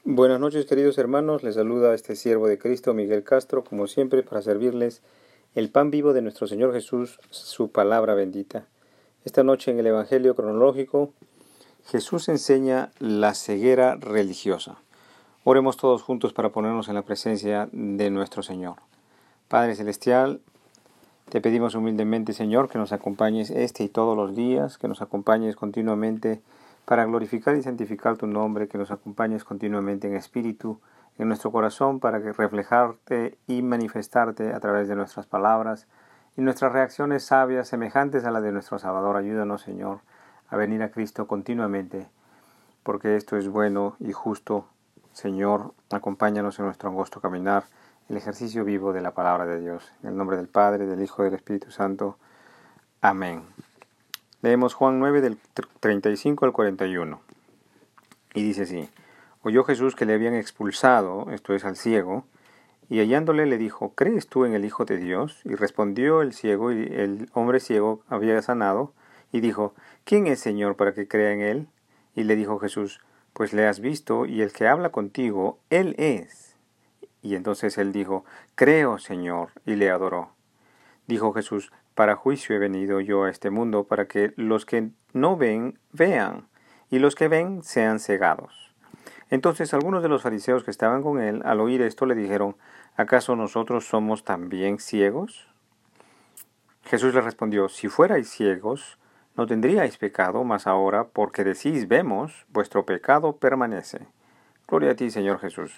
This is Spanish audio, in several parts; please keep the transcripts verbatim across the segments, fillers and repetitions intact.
Buenas noches, queridos hermanos, les saluda este siervo de Cristo, Miguel Castro, como siempre, para servirles el pan vivo de nuestro Señor Jesús, su palabra bendita. Esta noche en el Evangelio cronológico, Jesús enseña la ceguera religiosa. Oremos todos juntos para ponernos en la presencia de nuestro Señor. Padre Celestial, te pedimos humildemente, Señor, que nos acompañes este y todos los días, que nos acompañes continuamente para glorificar y santificar tu nombre, que nos acompañes continuamente en espíritu, en nuestro corazón, para que reflejarte y manifestarte a través de nuestras palabras y nuestras reacciones sabias, semejantes a las de nuestro Salvador. Ayúdanos, Señor, a venir a Cristo continuamente, porque esto es bueno y justo. Señor, acompáñanos en nuestro angosto caminar, el ejercicio vivo de la palabra de Dios. En el nombre del Padre, del Hijo y del Espíritu Santo. Amén. Leemos Juan nueve del treinta y cinco al cuarenta y uno. Y dice así: Oyó Jesús que le habían expulsado, esto es al ciego, y hallándole le dijo: ¿Crees tú en el Hijo de Dios? Y respondió el ciego, y el hombre ciego había sanado, y dijo: ¿Quién es, Señor, para que crea en él? Y le dijo Jesús: Pues le has visto, y el que habla contigo, él es. Y entonces él dijo: Creo, Señor, y le adoró. Dijo Jesús: Para juicio he venido yo a este mundo, para que los que no ven, vean, y los que ven sean cegados. Entonces algunos de los fariseos que estaban con él, al oír esto, le dijeron: ¿Acaso nosotros somos también ciegos? Jesús les respondió: Si fuerais ciegos, no tendríais pecado, mas ahora, porque decís vemos, vuestro pecado permanece. Gloria a ti, Señor Jesús.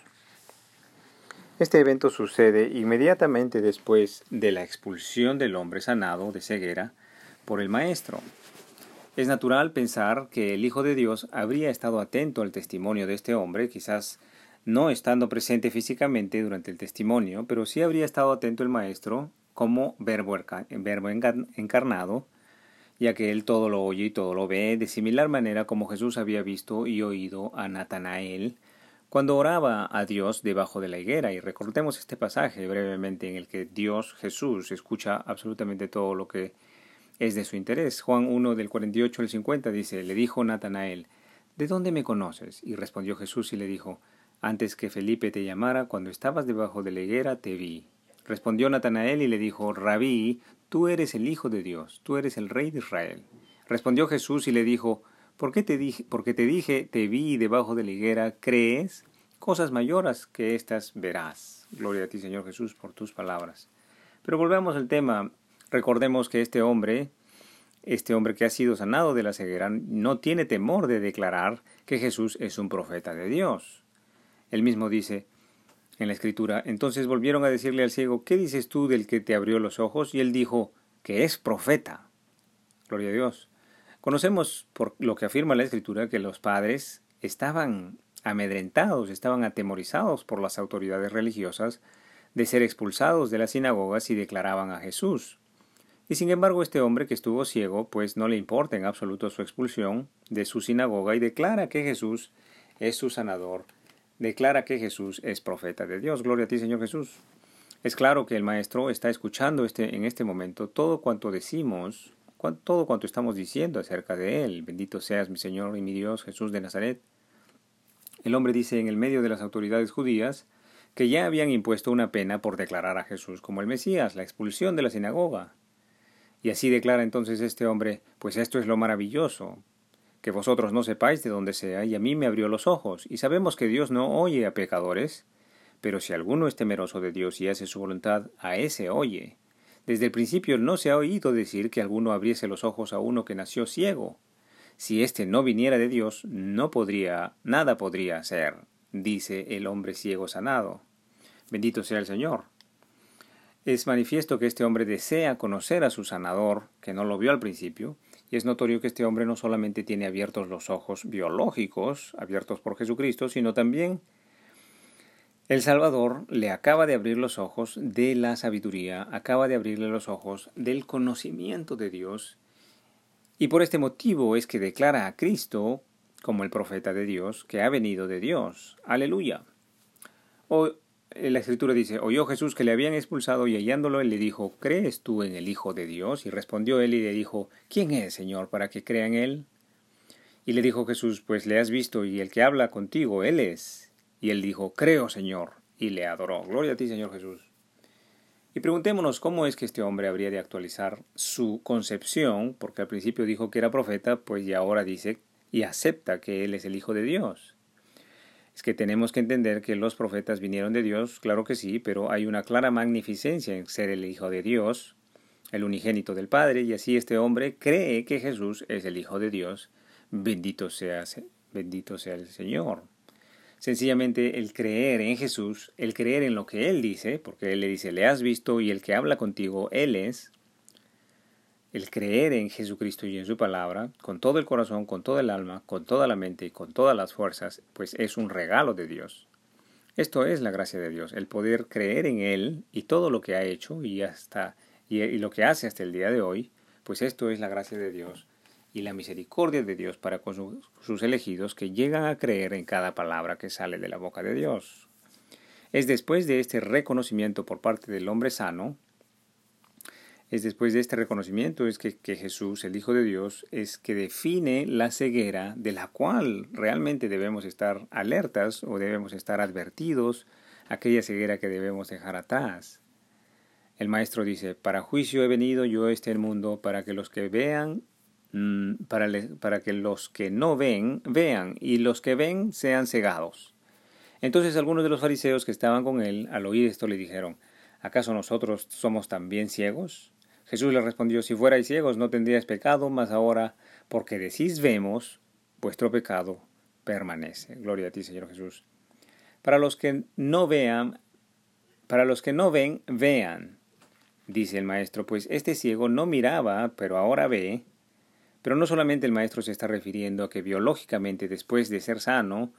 Este evento sucede inmediatamente después de la expulsión del hombre sanado de ceguera por el Maestro. Es natural pensar que el Hijo de Dios habría estado atento al testimonio de este hombre, quizás no estando presente físicamente durante el testimonio, pero sí habría estado atento el Maestro como verbo, verbo encarnado, ya que él todo lo oye y todo lo ve, de similar manera como Jesús había visto y oído a Natanael cuando oraba a Dios debajo de la higuera. Y recordemos este pasaje brevemente en el que Dios, Jesús, escucha absolutamente todo lo que es de su interés. Juan uno del cuarenta y ocho al cincuenta dice: Le dijo Natanael: ¿De dónde me conoces? Y respondió Jesús y le dijo: Antes que Felipe te llamara, cuando estabas debajo de la higuera, te vi. Respondió Natanael y le dijo: Rabí, tú eres el Hijo de Dios, tú eres el Rey de Israel. Respondió Jesús y le dijo: ¿Por qué te dije, porque te dije, te vi debajo de la higuera, crees? Cosas mayores que estas verás. Gloria a ti, Señor Jesús, por tus palabras. Pero volvemos al tema. Recordemos que este hombre, este hombre que ha sido sanado de la ceguera, no tiene temor de declarar que Jesús es un profeta de Dios. Él mismo dice en la Escritura: Entonces volvieron a decirle al ciego: ¿Qué dices tú del que te abrió los ojos? Y él dijo: que es profeta. Gloria a Dios. Conocemos por lo que afirma la Escritura que los padres estaban amedrentados, estaban atemorizados por las autoridades religiosas de ser expulsados de las sinagogas si declaraban a Jesús. Y sin embargo este hombre que estuvo ciego, pues no le importa en absoluto su expulsión de su sinagoga y declara que Jesús es su sanador, declara que Jesús es profeta de Dios. Gloria a ti, Señor Jesús. Es claro que el Maestro está escuchando este, en este momento todo cuanto decimos, todo cuanto estamos diciendo acerca de Él. Bendito seas, mi Señor y mi Dios, Jesús de Nazaret. El hombre dice en el medio de las autoridades judías que ya habían impuesto una pena por declarar a Jesús como el Mesías, la expulsión de la sinagoga. Y así declara entonces este hombre: pues esto es lo maravilloso, que vosotros no sepáis de dónde sea, y a mí me abrió los ojos. Y sabemos que Dios no oye a pecadores, pero si alguno es temeroso de Dios y hace su voluntad, a ese oye. Desde el principio no se ha oído decir que alguno abriese los ojos a uno que nació ciego. Si éste no viniera de Dios, no podría, nada podría hacer, dice el hombre ciego sanado. Bendito sea el Señor. Es manifiesto que este hombre desea conocer a su sanador, que no lo vio al principio, y es notorio que este hombre no solamente tiene abiertos los ojos biológicos, abiertos por Jesucristo, sino también el Salvador le acaba de abrir los ojos de la sabiduría, acaba de abrirle los ojos del conocimiento de Dios, y por este motivo es que declara a Cristo como el profeta de Dios, que ha venido de Dios. ¡Aleluya! O, la Escritura dice: Oyó Jesús que le habían expulsado, y hallándolo él le dijo: ¿Crees tú en el Hijo de Dios? Y respondió él y le dijo: ¿Quién es, Señor, para que crea en él? Y le dijo Jesús: Pues le has visto, y el que habla contigo, él es. Y él dijo, creo, Señor, y le adoró. Gloria a ti, Señor Jesús. Y preguntémonos cómo es que este hombre habría de actualizar su concepción, porque al principio dijo que era profeta, pues y ahora dice y acepta que él es el Hijo de Dios. Es que tenemos que entender que los profetas vinieron de Dios, claro que sí, pero hay una clara magnificencia en ser el Hijo de Dios, el unigénito del Padre, y así este hombre cree que Jesús es el Hijo de Dios. Bendito sea, bendito sea el Señor. Sencillamente el creer en Jesús, el creer en lo que Él dice, porque Él le dice, le has visto y el que habla contigo, Él es. El creer en Jesucristo y en su palabra, con todo el corazón, con todo el alma, con toda la mente y con todas las fuerzas, pues es un regalo de Dios. Esto es la gracia de Dios, el poder creer en Él y todo lo que ha hecho y, hasta, y, y lo que hace hasta el día de hoy, pues esto es la gracia de Dios y la misericordia de Dios para con su, sus elegidos que llegan a creer en cada palabra que sale de la boca de Dios. Es después de este reconocimiento por parte del hombre sano, es después de este reconocimiento es que, que Jesús, el Hijo de Dios, es que define la ceguera de la cual realmente debemos estar alertas o debemos estar advertidos, aquella ceguera que debemos dejar atrás. El Maestro dice, para juicio he venido yo a este mundo, para que los que vean, mmm, para, le, para que los que no ven, vean, y los que ven sean cegados. Entonces algunos de los fariseos que estaban con él, al oír esto, le dijeron, ¿acaso nosotros somos también ciegos? Jesús le respondió, si fuerais ciegos no tendríais pecado, mas ahora, porque decís vemos, vuestro pecado permanece. Gloria a ti, Señor Jesús. Para los que no vean, para los que no ven, vean, dice el Maestro, pues este ciego no miraba, pero ahora ve. Pero no solamente el Maestro se está refiriendo a que biológicamente, después de ser sano,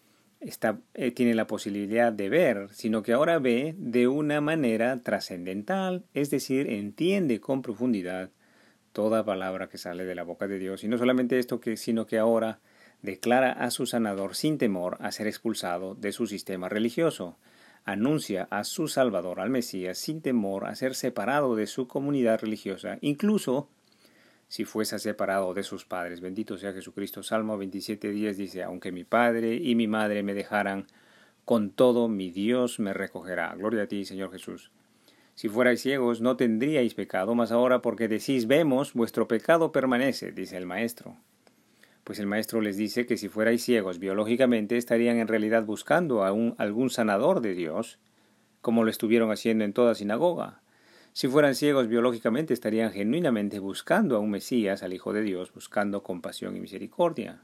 Está, eh, tiene la posibilidad de ver, sino que ahora ve de una manera trascendental, es decir, entiende con profundidad toda palabra que sale de la boca de Dios. Y no solamente esto, que, sino que ahora declara a su sanador sin temor a ser expulsado de su sistema religioso. Anuncia a su Salvador, al Mesías, sin temor a ser separado de su comunidad religiosa, incluso si fuese separado de sus padres. Bendito sea Jesucristo. Salmo veintisiete diez dice, aunque mi padre y mi madre me dejaran, con todo mi Dios me recogerá. Gloria a ti, Señor Jesús. Si fuerais ciegos no tendríais pecado, mas ahora porque decís vemos, vuestro pecado permanece, dice el Maestro. Pues el Maestro les dice que si fuerais ciegos biológicamente estarían en realidad buscando a un, algún sanador de Dios, como lo estuvieron haciendo en toda sinagoga. Si fueran ciegos biológicamente, estarían genuinamente buscando a un Mesías, al Hijo de Dios, buscando compasión y misericordia.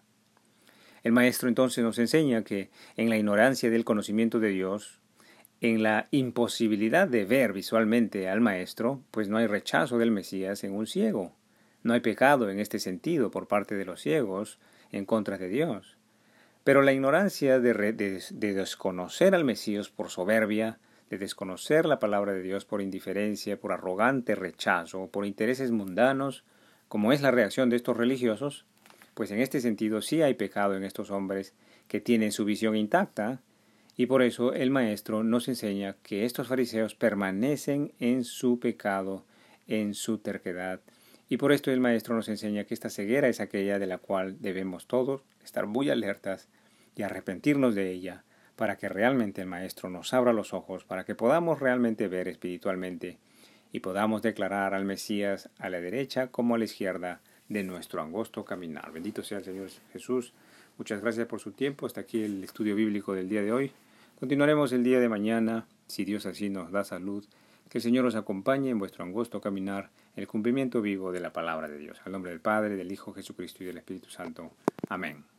El Maestro entonces nos enseña que en la ignorancia del conocimiento de Dios, en la imposibilidad de ver visualmente al Maestro, pues no hay rechazo del Mesías en un ciego. No hay pecado en este sentido por parte de los ciegos en contra de Dios. Pero la ignorancia de, de, de desconocer al Mesías por soberbia, de desconocer la palabra de Dios por indiferencia, por arrogante rechazo, por intereses mundanos, como es la reacción de estos religiosos, pues en este sentido sí hay pecado en estos hombres que tienen su visión intacta, y por eso el Maestro nos enseña que estos fariseos permanecen en su pecado, en su terquedad, y por esto el Maestro nos enseña que esta ceguera es aquella de la cual debemos todos estar muy alertas y arrepentirnos de ella, para que realmente el Maestro nos abra los ojos, para que podamos realmente ver espiritualmente y podamos declarar al Mesías a la derecha como a la izquierda de nuestro angosto caminar. Bendito sea el Señor Jesús. Muchas gracias por su tiempo. Hasta aquí el estudio bíblico del día de hoy. Continuaremos el día de mañana, si Dios así nos da salud. Que el Señor os acompañe en vuestro angosto caminar, el cumplimiento vivo de la palabra de Dios. Al nombre del Padre, del Hijo Jesucristo y del Espíritu Santo. Amén.